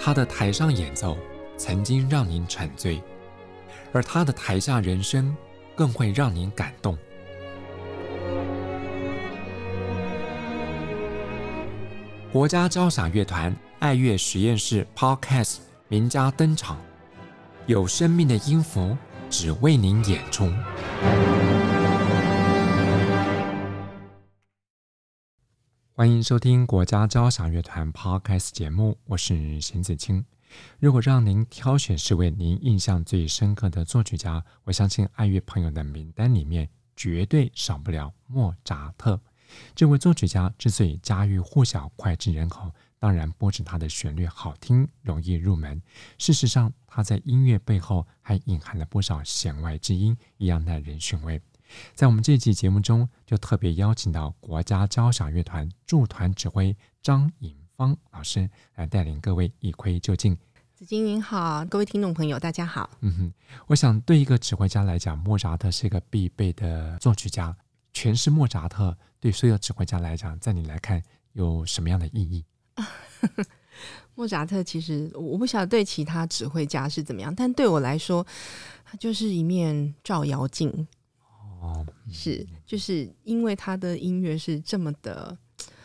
他的台上演奏曾经让您沉醉，而他的台下人生更会让您感动。国家交响乐团爱乐实验室 Podcast 名家登场，有生命的音符只为您演出。欢迎收听国家交响乐团 Podcast 节目，我是邢子清。如果让您挑选10位您印象最深刻的作曲家，我相信爱乐朋友的名单里面绝对少不了莫扎特。这位作曲家之所以家喻户晓、脍炙人口，当然不止他的旋律好听、容易入门。事实上，他在音乐背后还隐含了不少弦外之音，一样耐人寻味。在我们这期节目中，就特别邀请到国家交响乐团驻团指挥张颖芳老师来带领各位一窥究竟。 子金您好，各位听众朋友大家好。 我想对一个指挥家来讲，莫扎特是一个必备的作曲家。诠释莫扎特对所有指挥家来讲，在你来看有什么样的意义？ 莫扎特其实我不晓得对其他指挥家是怎么样，但对我来说，他就是一面照妖镜。是，就是因为他的音乐是这么的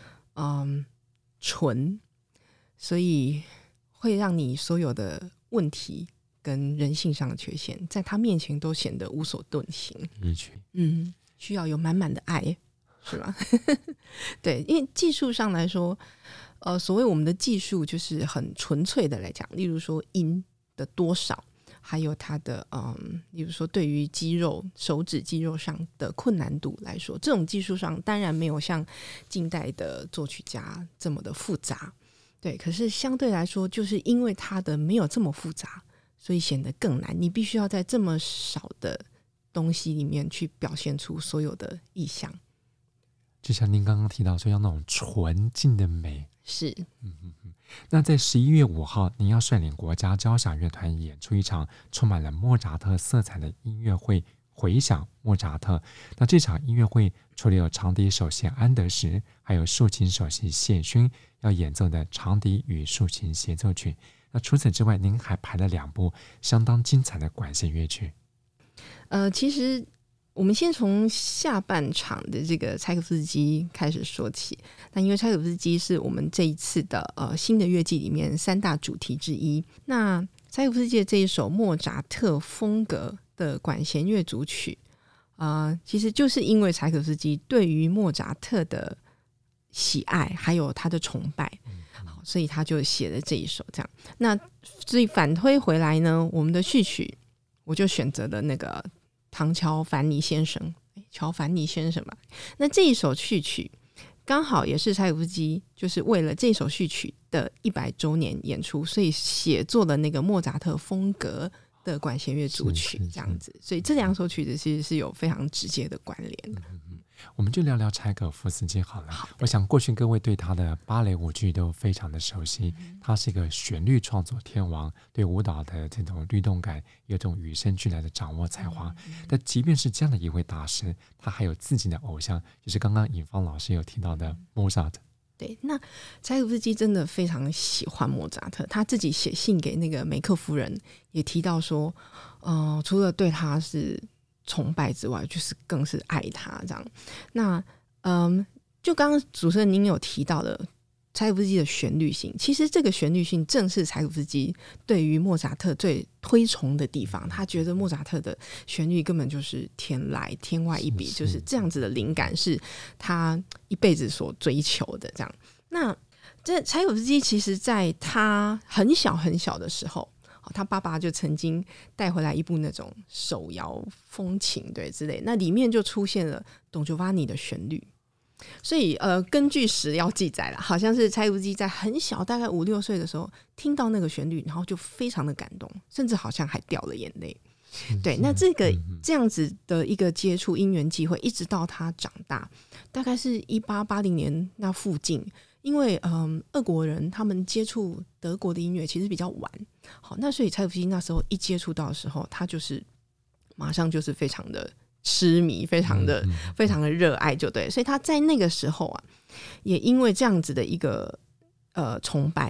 纯，所以会让你所有的问题跟人性上的缺陷在他面前都显得无所遁形。需要有满满的爱，是吧？对，因为技术上来说，所谓我们的技术就是很纯粹的来讲，例如说音的多少，还有它的例如说对于肌肉、手指肌肉上的困难度来说，这种技术上当然没有像近代的作曲家这么的复杂，对。可是相对来说，就是因为它的没有这么复杂，所以显得更难。你必须要在这么少的东西里面去表现出所有的意象， 就像您刚刚提到说要那种纯净的美。 是。 那在11月5号，您要率领国家交响乐团演出一场充满了莫扎特色彩的音乐会，回响莫扎特。那这场音乐会除了有长笛首席安德什，还有竖琴首席谢勋要演奏的长笛与竖琴协奏曲。那除此之外，您还排了2部相当精彩的管弦乐曲。 其实我们先从下半场的这个柴可夫斯基开始说起。那因为柴可夫斯基是我们这一次的新的乐季里面3大主题之一。那柴可夫斯基的这一首莫扎特风格的管弦乐组曲，其实就是因为柴可夫斯基对于莫扎特的喜爱还有他的崇拜，所以他就写了这一首这样。那所以反推回来呢，我们的序曲我就选择了那个唐乔凡尼先生，乔凡尼先生吧。那这一首序曲刚好也是柴可夫斯基就是为了这首序曲的100周年演出，所以写作了那个莫扎特风格的管弦乐组曲这样子。所以这2首曲子其实是有非常直接的关联的。 我们就聊聊柴可夫斯基好了。我想过去各位对他的芭蕾舞剧都非常的熟悉，他是一个旋律创作天王，对舞蹈的这种律动感有种与生俱来的掌握才华。但即便是这样的一位大师，他还有自己的偶像，就是刚刚颖芳老师有提到的莫扎特。 对，那柴可夫斯基真的非常喜欢莫扎特，他自己写信给那个梅克夫人也提到说，除了对他是崇拜之外，就是更是爱他这样。那就刚刚主持人您有提到的柴可夫斯基的旋律性，其实这个旋律性正是柴可夫斯基对于莫扎特最推崇的地方。他觉得莫扎特的旋律根本就是天籁天外一笔，就是这样子的灵感是他一辈子所追求的这样。那这柴可夫斯基其实在他很小很小的时候，他爸爸就曾经带回来一部那种手摇风琴对之类，那里面就出现了董乔瓦尼的旋律。所以根据史料记载啦，好像是柴可夫斯基在很小大概5、6岁的时候听到那个旋律，然后就非常的感动，甚至好像还掉了眼泪。对，那这样子的一个接触因缘机会，一直到他长大，大概是1880年那附近。因为俄国人他们接触德国的音乐其实比较晚，好，那所以柴可夫斯基那时候一接触到的时候，他就是马上就是非常的痴迷，非常的热爱就对。所以他在那个时候啊，也因为这样子的一个崇拜，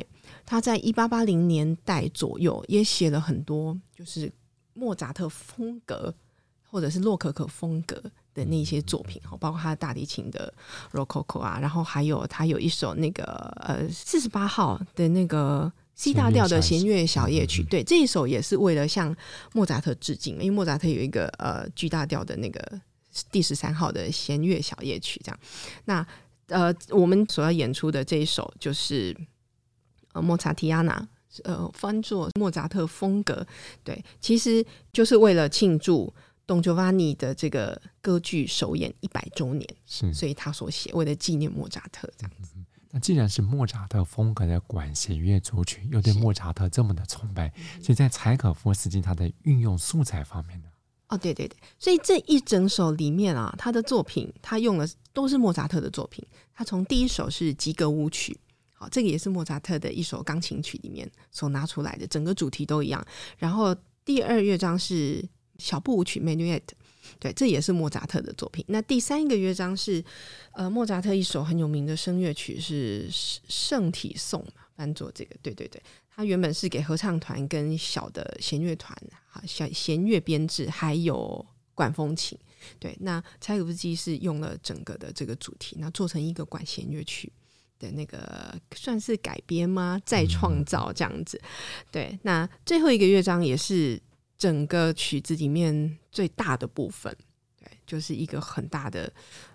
他在1880年代左右也写了很多就是莫扎特风格或者是洛可可风格的那些作品，包括他的大提琴的 Rococo 啊，然后还有他有一首那个48号的那个C 大调的弦乐小夜曲，对，这一首也是为了向莫扎特致敬，因为莫扎特有一个G 大调的那个第13号的弦乐小夜曲这样。那我们所要演出的这一首就是莫扎提亚纳，翻作莫扎特风格，对，其实就是为了庆祝Don Giovanni 的这个歌剧首演100周年，所以他所写，为了纪念莫扎特这样子。 那既然是莫扎特风格的管弦乐组曲，又对莫扎特这么的崇拜，所以在柴可夫斯基他的运用素材方面呢？ 对对对，所以这一整首里面啊，他的作品他用的都是莫扎特的作品。他从第一首是吉格舞曲，好，这个也是莫扎特的一首钢琴曲里面所拿出来的，整个主题都一样。然后第2乐章是小步舞曲 Menuet， 对，这也是莫扎特的作品。那第3个乐章是莫扎特一首很有名的声乐曲是圣体颂嘛，翻作这个，对对对，他原本是给合唱团跟小的弦乐团、小弦乐编制还有管风琴，对，那柴可夫斯基是用了整个的这个主题，那做成一个管弦乐曲的那个算是改编吗？再创造这样子。对，那最后一个乐章也是整个曲子里面最大的部分，对，就是一个很大的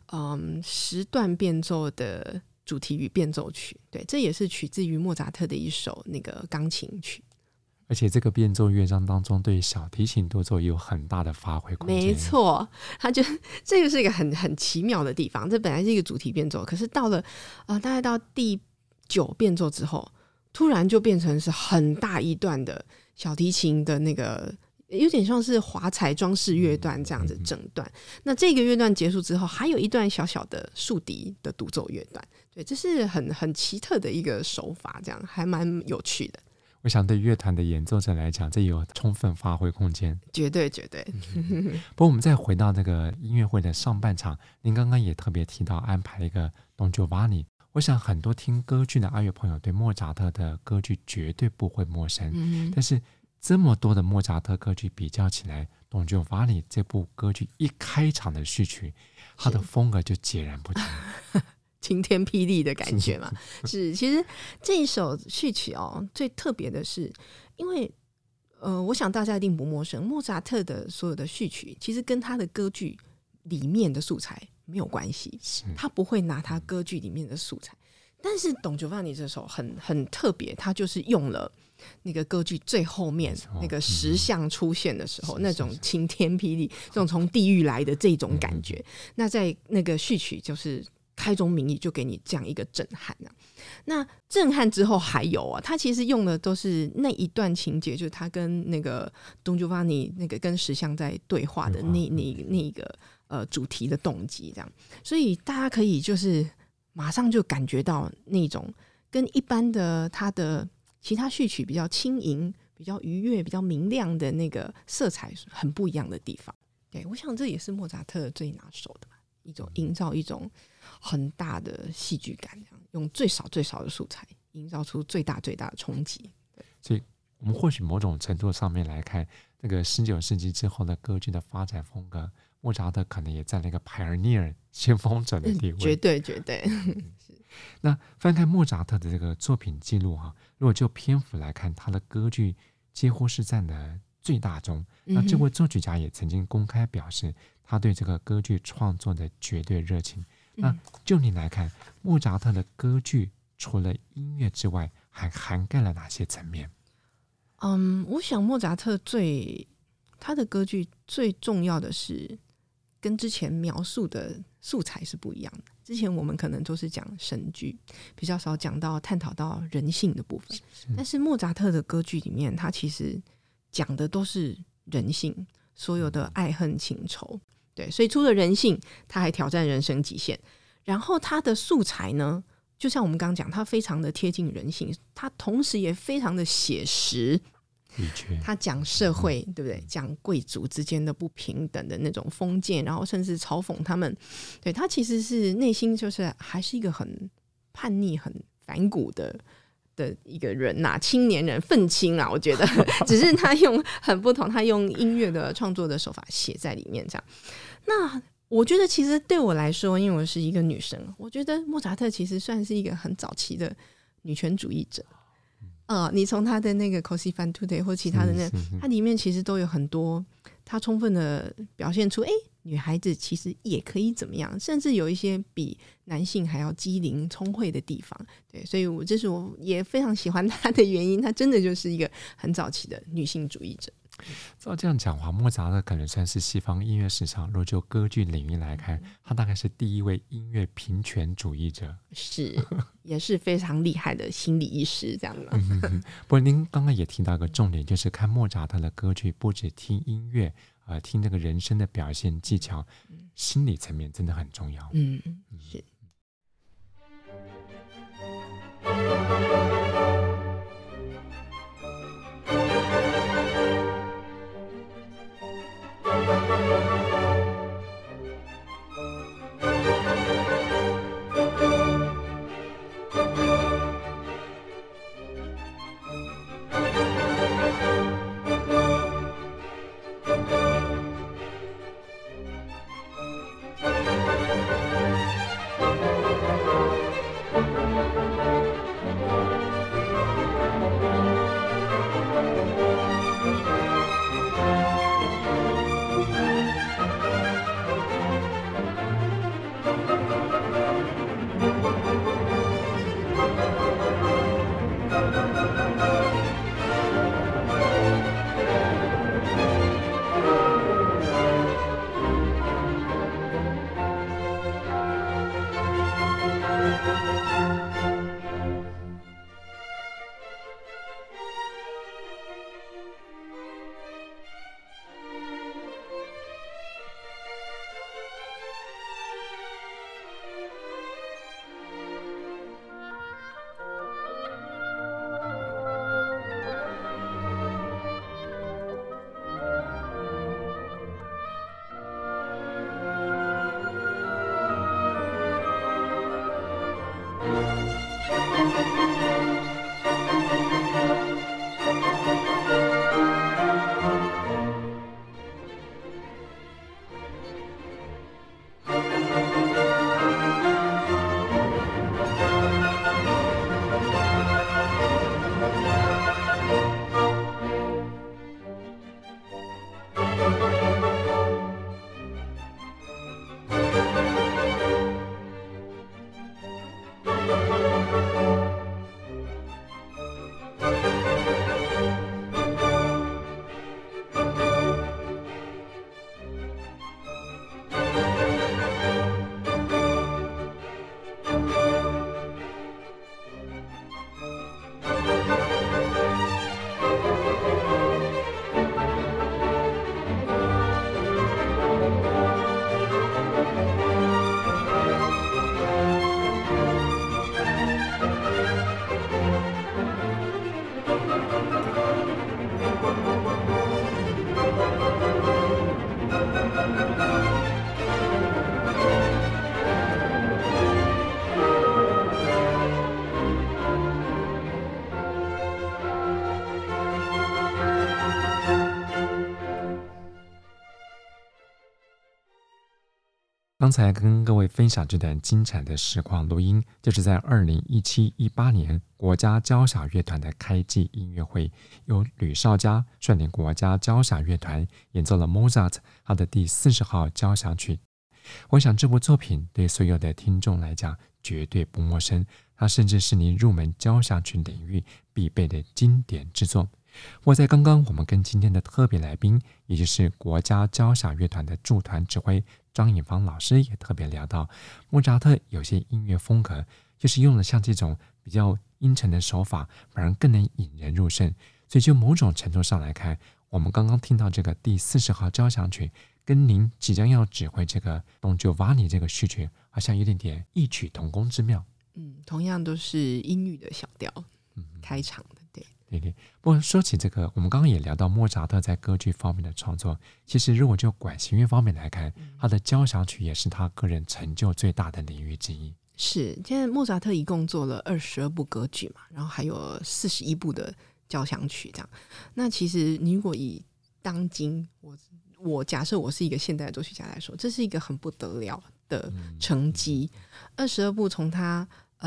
10段变奏的主题与变奏曲，对，这也是取自于莫扎特的一首那个钢琴曲。 而且这个变奏乐章当中对小提琴独奏也有很大的发挥空间。 没错，这个是一个很奇妙的地方。这本来是一个主题变奏，可是到了大概到第9变奏之后，突然就变成是很大一段的小提琴的那个，有点像是华彩装饰乐段这样子整段。那这个乐段结束之后，还有一段小小的竖笛的独奏乐段。对，这是很奇特的一个手法，这样还蛮有趣的。 我想对乐团的演奏者来讲，这有充分发挥空间， 绝对绝对。 不过我们再回到那个音乐会的上半场，您刚刚也特别提到安排了一个 Don Giovanni， 我想很多听歌剧的爱乐朋友对莫扎特的歌剧绝对不会陌生，但是这么多的莫扎特歌剧比较起来， Don Giovanni 这部歌剧一开场的序曲，它的风格就截然不同。 晴天霹雳的感觉嘛。是，其实这一首序曲最特别的是，因为我想大家一定不陌生，莫扎特的所有的序曲其实跟他的歌剧里面的素材没有关系，他不会拿他歌剧里面的素材。但是Don Giovanni这首很特别，他就是用了那个歌剧最后面那个石像出现的时候，那种晴天霹雳，这种从地狱来的这种感觉。那在那个序曲就是开宗明义就给你这样一个震撼那震撼之后还有他其实用的都是那一段情节，就是他跟那个 Don Giovanni 那个跟石像在对话的那一个主题的动机这样，所以大家可以就是马上就感觉到那种跟一般的他的其他序曲比较轻盈、比较愉悦、比较明亮的那个色彩很不一样的地方。对，我想这也是莫扎特最拿手的吧，一种营造一种很大的戏剧感，这样用最少最少的素材营造出最大最大的冲击。 所以我们或许某种程度上面来看，那个19世纪之后的歌剧的发展风格，莫扎特可能也占了一个 pioneer 先锋者的地位。 绝对绝对。 那翻看莫扎特的这个作品记录如果就篇幅来看，他的歌剧几乎是占了最大宗。那这位作曲家也曾经公开表示他对这个歌剧创作的绝对热情。那就您来看，莫扎特的歌剧除了音乐之外还涵盖了哪些层面？ 我想莫扎特他的歌剧最重要的是跟之前描述的素材是不一样的。之前我们可能都是讲神剧，比较少讲到探讨到人性的部分，但是莫扎特的歌剧里面他其实讲的都是人性，所有的爱恨情仇。对，所以除了人性他还挑战人生极限，然后他的素材呢就像我们刚刚讲，他非常的贴近人性，他同时也非常的写实。他讲社会对不对，讲贵族之间的不平等的那种封建，然后甚至嘲讽他们。对，他其实是内心就是还是一个很叛逆很反骨的的一个人呐，青年人愤青啊，我觉得只是他用很不同，他用音乐的创作的手法写在里面这样。那我觉得其实对我来说，因为我是一个女生，我觉得莫扎特其实算是一个很早期的女权主义者。你从他的那个 Così fan tutte 或其他的它里面其实都有很多，他充分的表现出女孩子其实也可以怎么样，甚至有一些比男性还要机灵聪慧的地方。对，所以这是我也非常喜欢他的原因，他真的就是一个很早期的女性主义者。 照这样讲的话，莫扎特可能算是西方音乐史上，如果就歌剧领域来看，他大概是第一位音乐平权主义者， 是也是非常厉害的心理医师这样的。 不过您刚刚也提到一个重点，就是看莫扎特的歌剧不只听音乐，听这个人声的表现技巧，心理层面真的很重要。 是。 刚才跟各位分享这段精彩的实况录音，就是在2017-18年国家交响乐团的开季音乐会，由吕绍嘉率领国家交响乐团演奏了 Mozart 他的第40号交响曲。我想这部作品对所有的听众来讲绝对不陌生，它甚至是您入门交响曲领域必备的经典之作。我在刚刚我们跟今天的特别来宾，也就是国家交响乐团的驻团指挥张颖芳老师也特别聊到，莫扎特有些音乐风格就是用了像这种比较阴沉的手法，反而更能引人入胜。所以就某种程度上来看，我们刚刚听到这个第40号交响曲，跟您即将要指挥这个Don Giovanni这个序曲，好像有点异曲同工之妙。 同样都是音域的小调开场的。 对，不过说起这个，我们刚刚也聊到莫扎特在歌剧方面的创作，其实如果就管弦乐方面来看，他的交响曲也是他个人成就最大的领域之一。 是，现在莫扎特一共做了22部歌剧嘛，然后还有41部的交响曲这样。那其实你如果以当今我假设我是一个现代的作曲家来说，这是一个很不得了的成绩。22部从他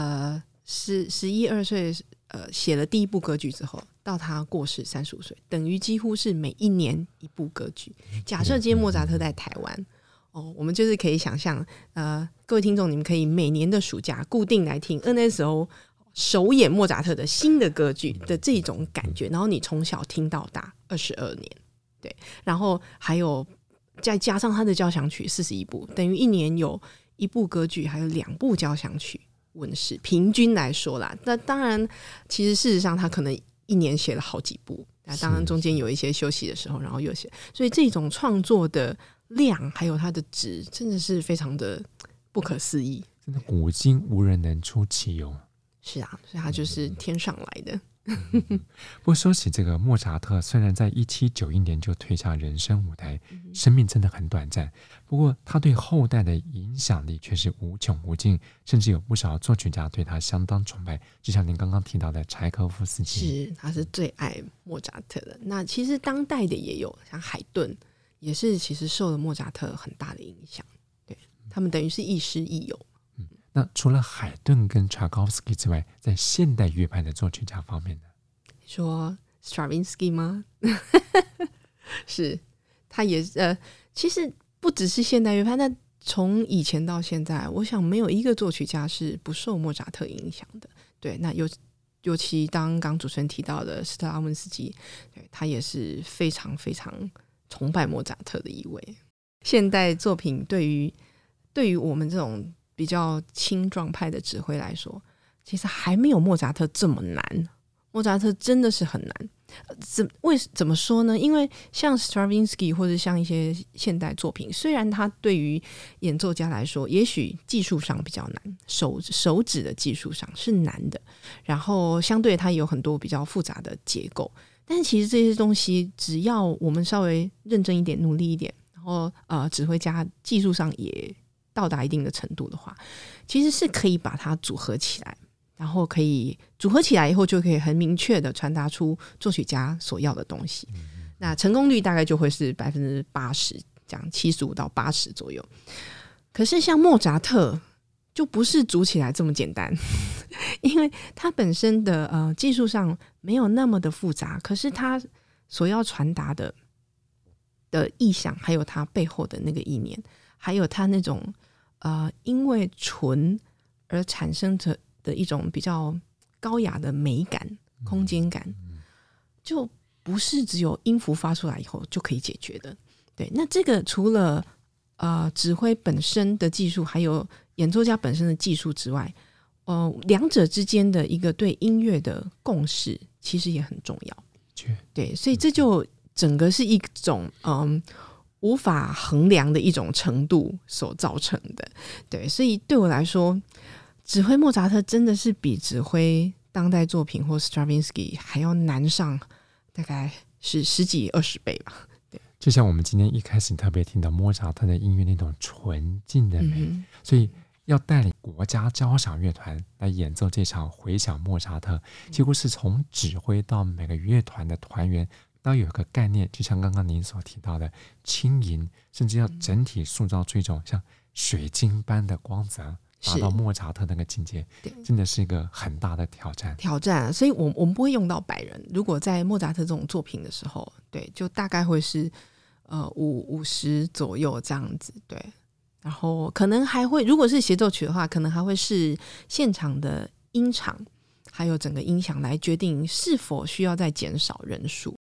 11、12岁写了第一部歌剧之后，到他过世35岁，等于几乎是每一年一部歌剧。假设今天莫扎特在台湾我们就是可以想象各位听众你们可以每年的暑假固定来听 NSO 首演莫扎特的新的歌剧的这种感觉，然后你从小听到大22年，对，然后还有再加上他的交响曲41部，等于一年有一部歌剧还有2部交响曲问世，平均来说啦。那当然其实事实上他可能一年写了好几部，当然中间有一些休息的时候然后又写，所以这种创作的量还有它的值真的是非常的不可思议， 真的古今无人能出其右。 是啊，所以他就是天上来的。 不过说起这个莫扎特，虽然在1791年就退下人生舞台，生命真的很短暂，不过他对后代的影响力却是无穷无尽，甚至有不少作曲家对他相当崇拜，就像您刚刚提到的柴可夫斯基， 是，他是最爱莫扎特的。那其实当代的也有，像海顿也是其实受了莫扎特很大的影响，对，他们等于是亦师亦友。 那除了海顿跟柴可夫斯基之外，在现代乐派的作曲家方面呢？ 你说 Stravinsky 吗？是，他也其实不只是现代乐派，那从以前到现在，我想没有一个作曲家是不受莫扎特影响的。对，那尤其刚主持人提到的斯特拉文斯基，对，他也是非常非常崇拜莫扎特的一位。现代作品对于我们这种比较青壮派的指挥来说，其实还没有莫扎特这么难。莫扎特真的是很难，怎么说呢？因为像 Stravinsky 或者像一些现代作品，虽然它对于演奏家来说也许技术上比较难，手指的技术上是难的，然后相对它有很多比较复杂的结构，但是其实这些东西只要我们稍微认真一点努力一点，然后指挥家技术上也到达一定的程度的话，其实是可以把它组合起来，然后可以组合起来以后就可以很明确的传达出作曲家所要的东西，那成功率大概就会是80%这样，75%到80%左右。可是像莫扎特就不是组起来这么简单因为他本身的技术上没有那么的复杂，可是他所要传达的意象，还有他背后的那个意念，还有他那种因为纯而产生的一种比较高雅的美感、空间感，就不是只有音符发出来以后就可以解决的。对，那这个除了指挥本身的技术，还有演奏家本身的技术之外，两者之间的一个对音乐的共识，其实也很重要。对，所以这就整个是一种无法衡量的一种程度所造成的。对，所以对我来说，指挥莫扎特真的是比指挥当代作品或 Stravinsky 还要难上大概是10几20倍吧。对， 就像我们今天一开始特别听到莫扎特的音乐那种纯净的美，所以要带领国家交响乐团来演奏这场回响莫扎特，几乎是从指挥到每个乐团的团员都有一个概念，就像刚刚您所提到的轻盈，甚至要整体塑造出一种像水晶般的光泽，达到莫扎特那个境界，真的是一个很大的挑战。 所以我们不会用到100人，如果在莫扎特这种作品的时候，对，就大概会是50左右这样子。对，然后可能还会，如果是协奏曲的话，可能还会是现场的音场还有整个音响来决定是否需要再减少人数。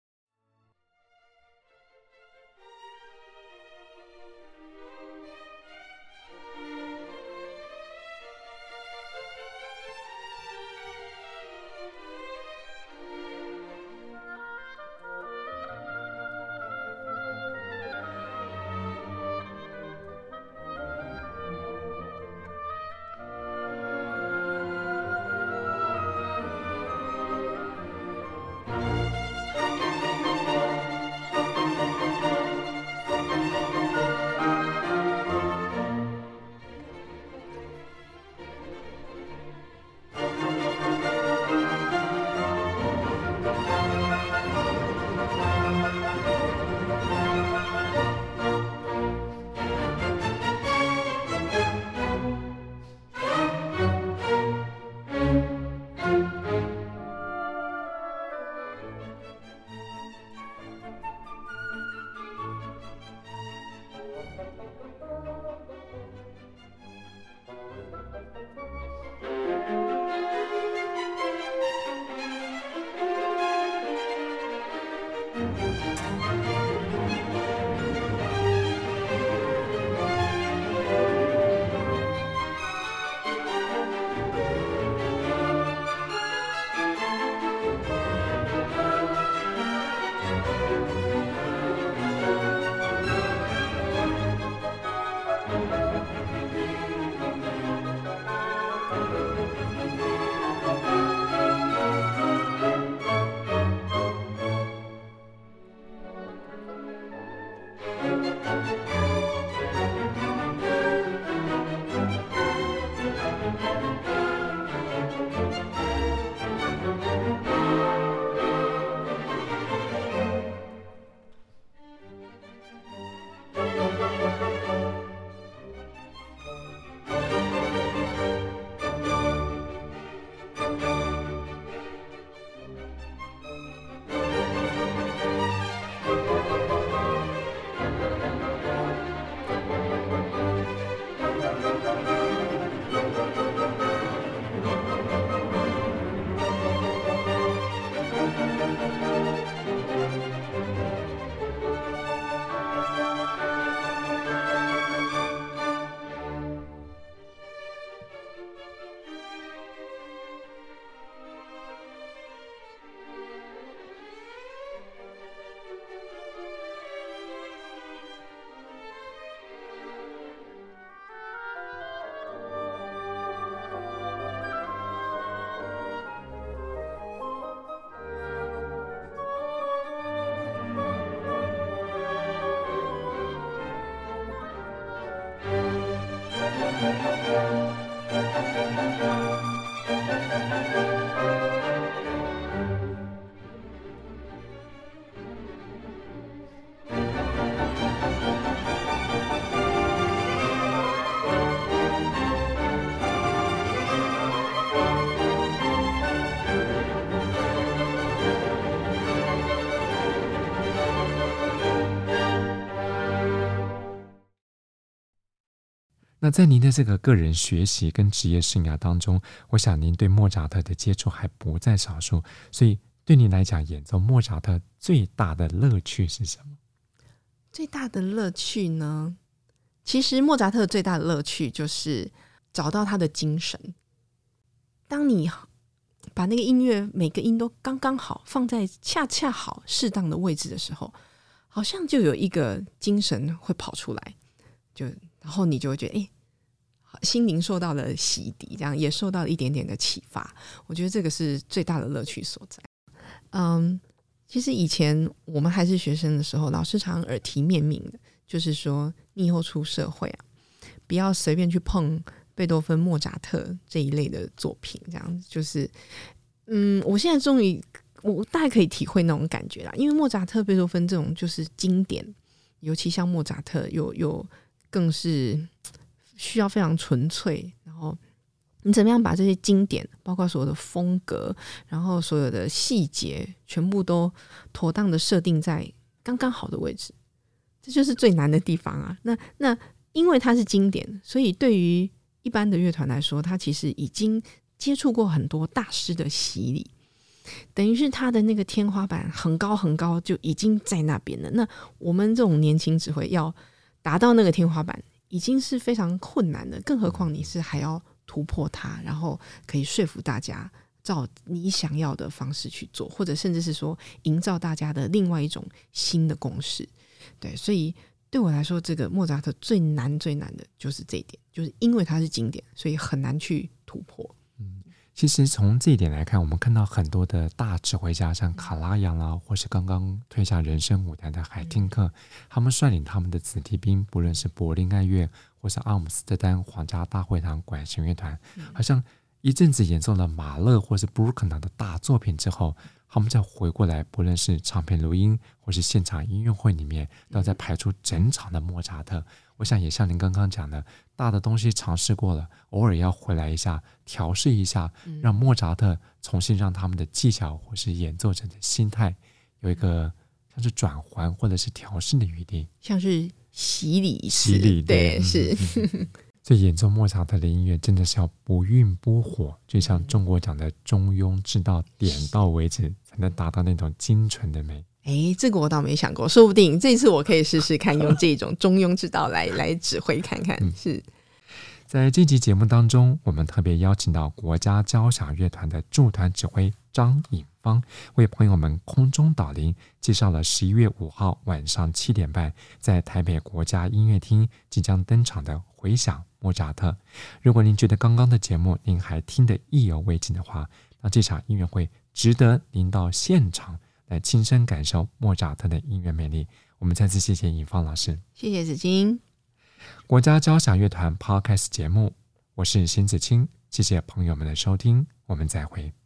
那在您的这个个人学习跟职业生涯当中，我想您对莫扎特的接触还不在少数，所以对您来讲，演奏莫扎特最大的乐趣是什么？ 最大的乐趣呢？其实莫扎特最大的乐趣就是找到他的精神。当你把那个音乐每个音都刚刚好放在恰恰好适当的位置的时候，好像就有一个精神会跑出来，然后你就会觉得心灵受到了洗涤，这样也受到了一点点的启发。我觉得这个是最大的乐趣所在。其实以前我们还是学生的时候，老师常耳提面命的，就是说你以后出社会啊，不要随便去碰贝多芬、莫扎特这一类的作品。这样就是我现在终于我大概可以体会那种感觉啦，因为莫扎特、贝多芬这种就是经典，尤其像莫扎特有更是需要非常纯粹，然后你怎么样把这些经典，包括所有的风格，然后所有的细节，全部都妥当的设定在刚刚好的位置，这就是最难的地方啊。那因为它是经典，所以对于一般的乐团来说，它其实已经接触过很多大师的洗礼，等于是他的那个天花板很高很高，就已经在那边了。那我们这种年轻指挥要达到那个天花板，已经是非常困难的，更何况你是还要突破它，然后可以说服大家照你想要的方式去做，或者甚至是说营造大家的另外一种新的公式。对，所以对我来说，这个莫扎特最难最难的就是这一点，就是因为它是经典，所以很难去突破。 其实从这一点来看，我们看到很多的大指挥家，像卡拉扬啦，或是刚刚退下人生舞台的海汀克，他们率领他们的子弟兵，不论是柏林爱乐或是阿姆斯特丹皇家大会堂管弦乐团，好像一阵子演奏了马勒或是布鲁克纳的大作品之后，他们再回过来，不论是唱片录音或是现场音乐会里面，都在排出整场的莫扎特。我想也像您刚刚讲的，大的东西尝试过了，偶尔要回来一下，调试一下，让莫扎特重新让他们的技巧或是演奏者的心态有一个像是转换或者是调试的余地， 像是洗礼一次，对，是。 所以演奏莫扎特的音乐真的是要不愠不火，就像中国讲的中庸之道，点到为止，才能达到那种精纯的美。 这个我倒没想过，说不定这次我可以试试看，用这种中庸之道来指挥看看。是在这集节目当中，我们特别邀请到国家交响乐团的驻团指挥张颖芳，为朋友们空中导聆，介绍了11月5号晚上7点半在台北国家音乐厅即将登场的回响莫扎特。如果您觉得刚刚的节目您还听得意犹未尽的话，那这场音乐会值得您到现场来亲身感受莫扎特的音乐魅力。我们再次谢谢颖芳老师， 谢谢子金。 国家交响乐团 Podcast 节目，我是邢子清，谢谢朋友们的收听，我们再会。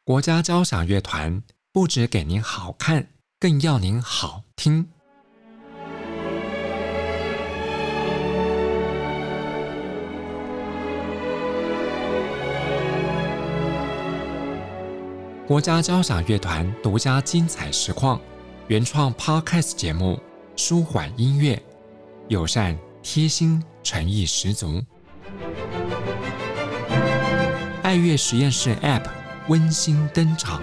国家交响乐团不只给您好看，更要您好听。国家交响乐团独家精彩实况，原创 Podcast 节目，舒缓音乐，友善贴心，诚意十足。爱乐实验室 App 温馨登场，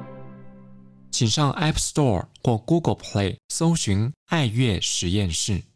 请上 App Store 或 Google Play 搜寻爱乐实验室。